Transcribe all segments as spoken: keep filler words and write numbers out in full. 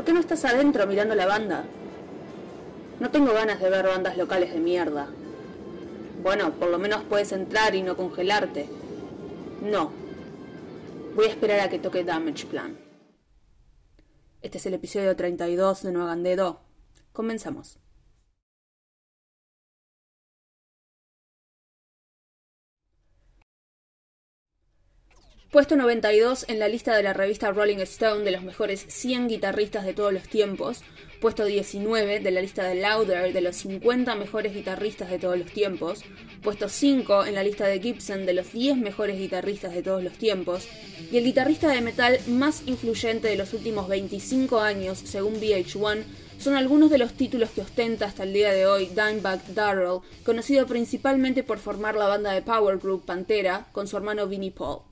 qué no estás adentro mirando la banda? No tengo ganas de ver bandas locales de mierda. Bueno, por lo menos puedes entrar y no congelarte. No. Voy a esperar a que toque Damageplan. Este es el episodio treinta y dos de No hagan dedo. Comenzamos. Puesto noventa y dos en la lista de la revista Rolling Stone de los mejores cien guitarristas de todos los tiempos. Puesto diecinueve de la lista de Louder de los cincuenta mejores guitarristas de todos los tiempos. Puesto cinco en la lista de Gibson de los diez mejores guitarristas de todos los tiempos. Y el guitarrista de metal más influyente de los últimos veinticinco años, según V H uno, son algunos de los títulos que ostenta hasta el día de hoy Dimebag Darrell, conocido principalmente por formar la banda de power group Pantera con su hermano Vinnie Paul.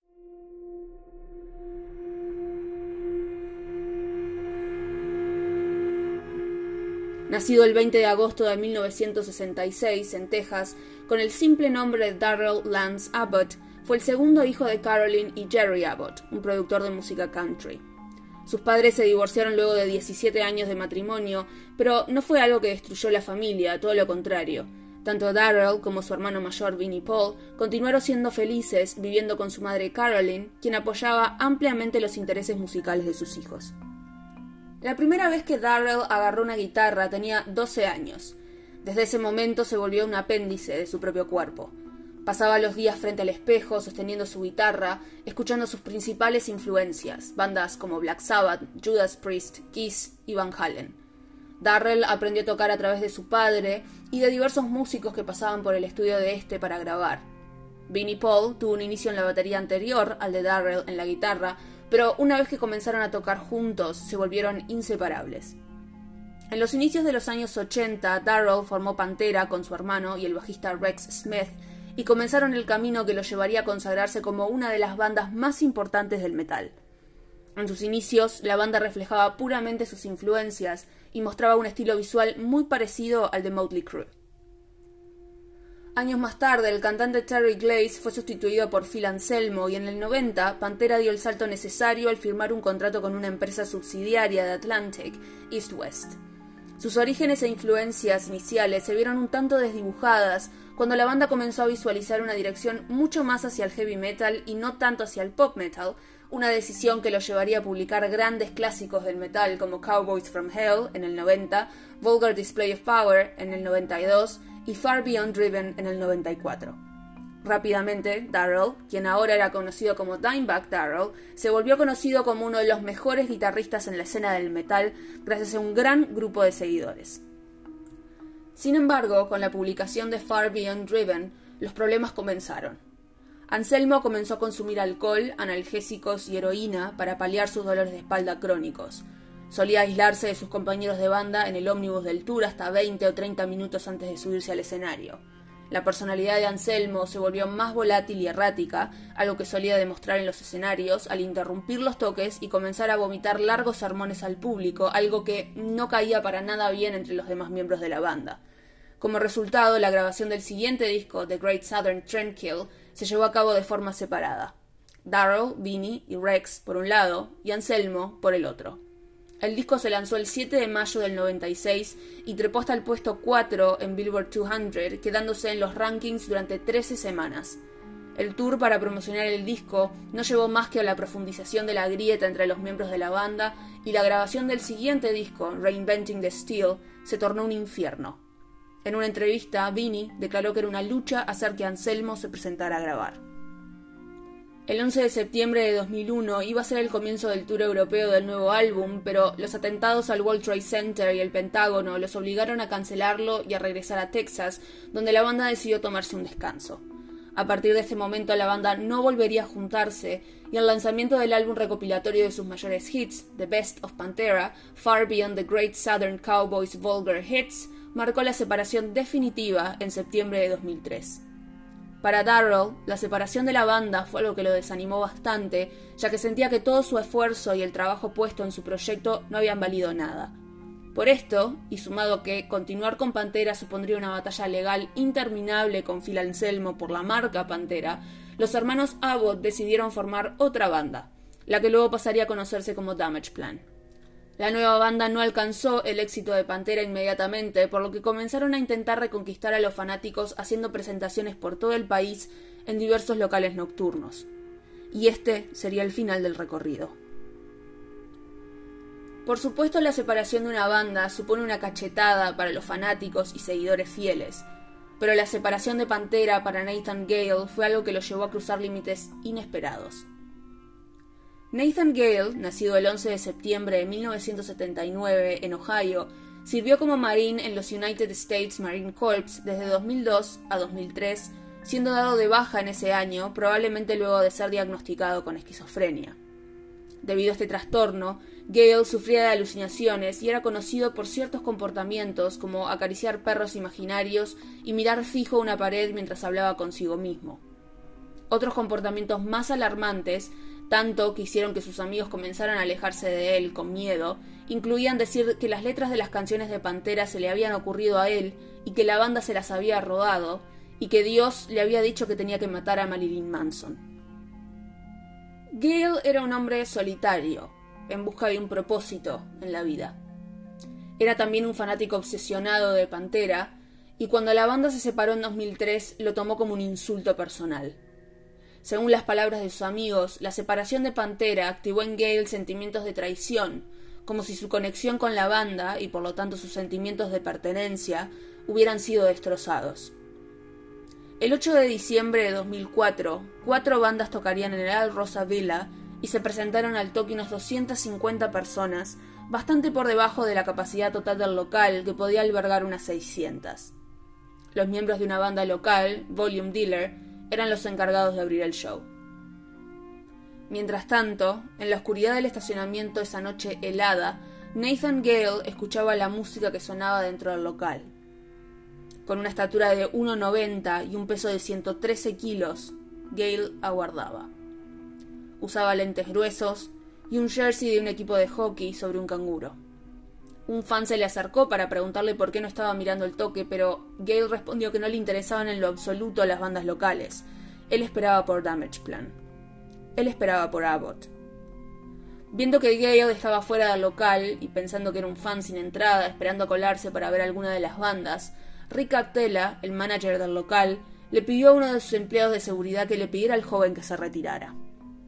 Nacido el veinte de agosto de mil novecientos sesenta y seis en Texas, con el simple nombre de Darrell Lance Abbott, fue el segundo hijo de Carolyn y Jerry Abbott, un productor de música country. Sus padres se divorciaron luego de diecisiete años de matrimonio, pero no fue algo que destruyó la familia, todo lo contrario. Tanto Darrell como su hermano mayor Vinnie Paul continuaron siendo felices viviendo con su madre Carolyn, quien apoyaba ampliamente los intereses musicales de sus hijos. La primera vez que Darrell agarró una guitarra tenía doce años. Desde ese momento se volvió un apéndice de su propio cuerpo. Pasaba los días frente al espejo, sosteniendo su guitarra, escuchando sus principales influencias, bandas como Black Sabbath, Judas Priest, Kiss y Van Halen. Darrell aprendió a tocar a través de su padre y de diversos músicos que pasaban por el estudio de este para grabar. Vinnie Paul tuvo un inicio en la batería anterior al de Darrell en la guitarra, pero una vez que comenzaron a tocar juntos, se volvieron inseparables. En los inicios de los años ochenta, Darrell formó Pantera con su hermano y el bajista Rex Smith, y comenzaron el camino que lo llevaría a consagrarse como una de las bandas más importantes del metal. En sus inicios, la banda reflejaba puramente sus influencias y mostraba un estilo visual muy parecido al de Motley Crue. Años más tarde, el cantante Terry Glaze fue sustituido por Phil Anselmo y en el noventa, Pantera dio el salto necesario al firmar un contrato con una empresa subsidiaria de Atlantic, East West. Sus orígenes e influencias iniciales se vieron un tanto desdibujadas cuando la banda comenzó a visualizar una dirección mucho más hacia el heavy metal y no tanto hacia el pop metal, una decisión que los llevaría a publicar grandes clásicos del metal como Cowboys from Hell en el noventa, Vulgar Display of Power en el noventa y dos y Far Beyond Driven en el noventa y cuatro. Rápidamente, Darrell, quien ahora era conocido como Dimebag Darrell, se volvió conocido como uno de los mejores guitarristas en la escena del metal gracias a un gran grupo de seguidores. Sin embargo, con la publicación de Far Beyond Driven, los problemas comenzaron. Anselmo comenzó a consumir alcohol, analgésicos y heroína para paliar sus dolores de espalda crónicos. Solía aislarse de sus compañeros de banda en el ómnibus del tour hasta veinte o treinta minutos antes de subirse al escenario. La personalidad de Anselmo se volvió más volátil y errática, algo que solía demostrar en los escenarios al interrumpir los toques y comenzar a vomitar largos sermones al público, algo que no caía para nada bien entre los demás miembros de la banda. Como resultado, la grabación del siguiente disco, The Great Southern Trendkill, se llevó a cabo de forma separada. Darrell, Vinnie y Rex por un lado, y Anselmo por el otro. El disco se lanzó el siete de mayo del noventa y seis y trepó hasta el puesto cuatro en Billboard doscientos, quedándose en los rankings durante trece semanas. El tour para promocionar el disco no llevó más que a la profundización de la grieta entre los miembros de la banda y la grabación del siguiente disco, Reinventing the Steel, se tornó un infierno. En una entrevista, Vinnie declaró que era una lucha hacer que Anselmo se presentara a grabar. El once de septiembre de dos mil uno iba a ser el comienzo del tour europeo del nuevo álbum, pero los atentados al World Trade Center y el Pentágono los obligaron a cancelarlo y a regresar a Texas, donde la banda decidió tomarse un descanso. A partir de este momento la banda no volvería a juntarse y el lanzamiento del álbum recopilatorio de sus mayores hits, The Best of Pantera, Far Beyond the Great Southern Cowboys Vulgar Hits, marcó la separación definitiva en septiembre de dos mil tres. Para Darrell, la separación de la banda fue algo que lo desanimó bastante, ya que sentía que todo su esfuerzo y el trabajo puesto en su proyecto no habían valido nada. Por esto, y sumado que continuar con Pantera supondría una batalla legal interminable con Phil Anselmo por la marca Pantera, los hermanos Abbott decidieron formar otra banda, la que luego pasaría a conocerse como Damageplan. La nueva banda no alcanzó el éxito de Pantera inmediatamente, por lo que comenzaron a intentar reconquistar a los fanáticos haciendo presentaciones por todo el país en diversos locales nocturnos. Y este sería el final del recorrido. Por supuesto, la separación de una banda supone una cachetada para los fanáticos y seguidores fieles, pero la separación de Pantera para Nathan Gale fue algo que lo llevó a cruzar límites inesperados. Nathan Gale, nacido el once de septiembre de mil novecientos setenta y nueve en Ohio, sirvió como Marine en los United States Marine Corps desde dos mil dos a dos mil tres, siendo dado de baja en ese año, probablemente luego de ser diagnosticado con esquizofrenia. Debido a este trastorno, Gale sufría de alucinaciones y era conocido por ciertos comportamientos como acariciar perros imaginarios y mirar fijo una pared mientras hablaba consigo mismo. Otros comportamientos más alarmantes, tanto que hicieron que sus amigos comenzaran a alejarse de él con miedo, incluían decir que las letras de las canciones de Pantera se le habían ocurrido a él y que la banda se las había robado, y que Dios le había dicho que tenía que matar a Marilyn Manson. Gale era un hombre solitario, en busca de un propósito en la vida. Era también un fanático obsesionado de Pantera, y cuando la banda se separó en dos mil tres lo tomó como un insulto personal. Según las palabras de sus amigos, la separación de Pantera activó en Gale sentimientos de traición, como si su conexión con la banda, y por lo tanto sus sentimientos de pertenencia, hubieran sido destrozados. El ocho de diciembre de dos mil cuatro, cuatro bandas tocarían en el Al Rosa Villa y se presentaron al toque unas doscientas cincuenta personas, bastante por debajo de la capacidad total del local, que podía albergar unas seiscientas. Los miembros de una banda local, Volume Dealer, eran los encargados de abrir el show. Mientras tanto, en la oscuridad del estacionamiento esa noche helada, Nathan Gale escuchaba la música que sonaba dentro del local. Con una estatura de uno noventa y un peso de ciento trece kilos, Gale aguardaba. Usaba lentes gruesos y un jersey de un equipo de hockey sobre un canguro. Un fan se le acercó para preguntarle por qué no estaba mirando el toque, pero Gale respondió que no le interesaban en lo absoluto las bandas locales. Él esperaba por Damageplan. Él esperaba por Abbott. Viendo que Gale estaba fuera del local y pensando que era un fan sin entrada, esperando colarse para ver alguna de las bandas, Rick Attella, el manager del local, le pidió a uno de sus empleados de seguridad que le pidiera al joven que se retirara.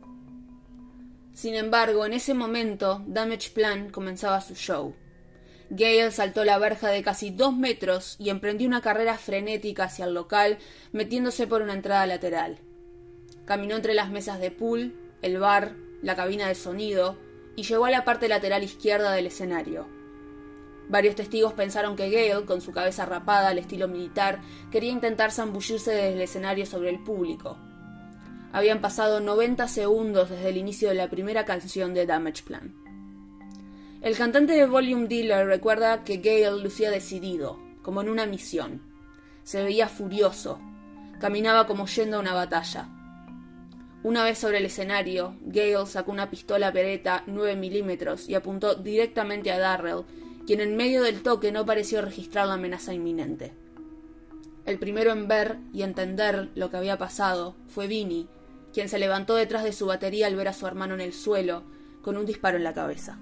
Sin embargo, en ese momento, Damageplan comenzaba su show. Gale saltó la verja de casi dos metros y emprendió una carrera frenética hacia el local, metiéndose por una entrada lateral. Caminó entre las mesas de pool, el bar, la cabina de sonido, y llegó a la parte lateral izquierda del escenario. Varios testigos pensaron que Gale, con su cabeza rapada al estilo militar, quería intentar zambullirse desde el escenario sobre el público. Habían pasado noventa segundos desde el inicio de la primera canción de Damageplan. El cantante de Volume Dealer recuerda que Gale lucía decidido, como en una misión. Se veía furioso. Caminaba como yendo a una batalla. Una vez sobre el escenario, Gale sacó una pistola Beretta nueve milímetros y apuntó directamente a Darrell, quien en medio del toque no pareció registrar la amenaza inminente. El primero en ver y entender lo que había pasado fue Vinnie, quien se levantó detrás de su batería al ver a su hermano en el suelo, con un disparo en la cabeza.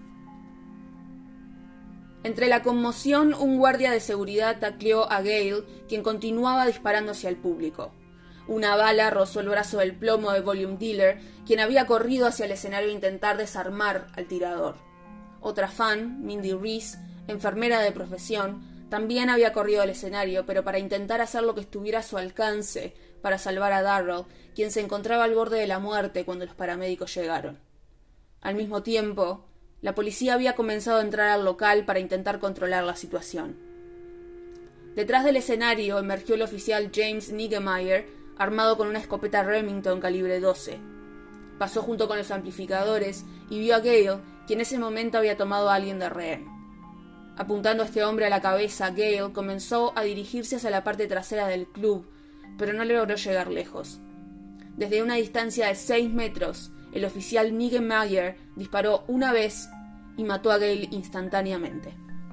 Entre la conmoción, un guardia de seguridad tacleó a Gale, quien continuaba disparando hacia el público. Una bala rozó el brazo del plomo de Volume Dealer, quien había corrido hacia el escenario a intentar desarmar al tirador. Otra fan, Mindy Reese, enfermera de profesión, también había corrido al escenario, pero para intentar hacer lo que estuviera a su alcance para salvar a Darrell, quien se encontraba al borde de la muerte cuando los paramédicos llegaron. Al mismo tiempo, la policía había comenzado a entrar al local para intentar controlar la situación. Detrás del escenario emergió el oficial James Niggemeier, armado con una escopeta Remington calibre doce. Pasó junto con los amplificadores y vio a Gale, quien en ese momento había tomado a alguien de rehén. Apuntando a este hombre a la cabeza, Gale comenzó a dirigirse hacia la parte trasera del club, pero no logró llegar lejos. Desde una distancia de seis metros, el oficial Niggemeier disparó una vez y mató a Gale instantáneamente.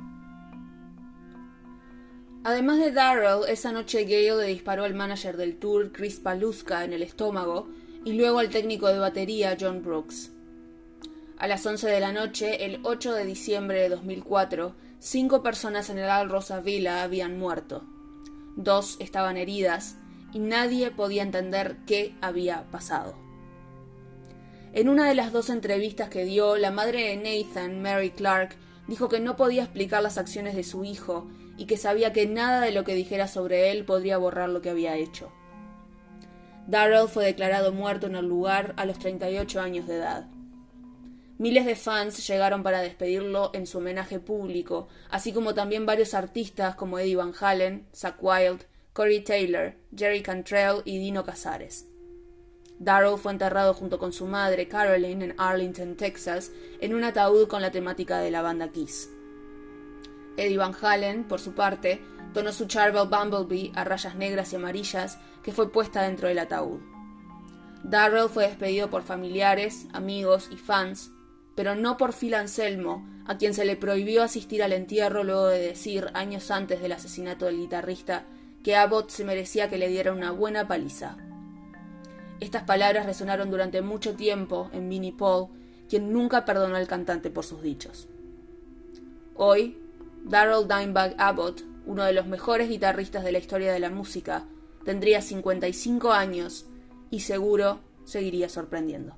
Además de Darrell, esa noche Gale le disparó al manager del tour, Chris Paluska, en el estómago, y luego al técnico de batería, John Brooks. A las once de la noche, el ocho de diciembre de dos mil cuatro, cinco personas en el Al Rosa Villa habían muerto. Dos estaban heridas y nadie podía entender qué había pasado. En una de las dos entrevistas que dio, la madre de Nathan, Mary Clark, dijo que no podía explicar las acciones de su hijo y que sabía que nada de lo que dijera sobre él podría borrar lo que había hecho. Darrell fue declarado muerto en el lugar a los treinta y ocho años de edad. Miles de fans llegaron para despedirlo en su homenaje público, así como también varios artistas como Eddie Van Halen, Zakk Wylde, Corey Taylor, Jerry Cantrell y Dino Cazares. Darrell fue enterrado junto con su madre, Caroline, en Arlington, Texas, en un ataúd con la temática de la banda Kiss. Eddie Van Halen, por su parte, donó su Charvel Bumblebee a rayas negras y amarillas que fue puesta dentro del ataúd. Darrell fue despedido por familiares, amigos y fans, pero no por Phil Anselmo, a quien se le prohibió asistir al entierro luego de decir, años antes del asesinato del guitarrista, que Abbott se merecía que le diera una buena paliza. Estas palabras resonaron durante mucho tiempo en Vinnie Paul, quien nunca perdonó al cantante por sus dichos. Hoy, Darrell Dimebag Abbott, uno de los mejores guitarristas de la historia de la música, tendría cincuenta y cinco años y seguro seguiría sorprendiendo.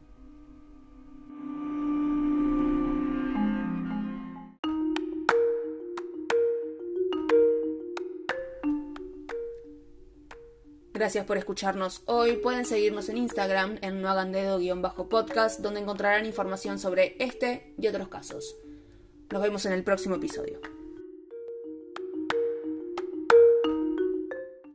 Gracias por escucharnos hoy. Pueden seguirnos en Instagram en nohagandedo-podcast, donde encontrarán información sobre este y otros casos. Nos vemos en el próximo episodio.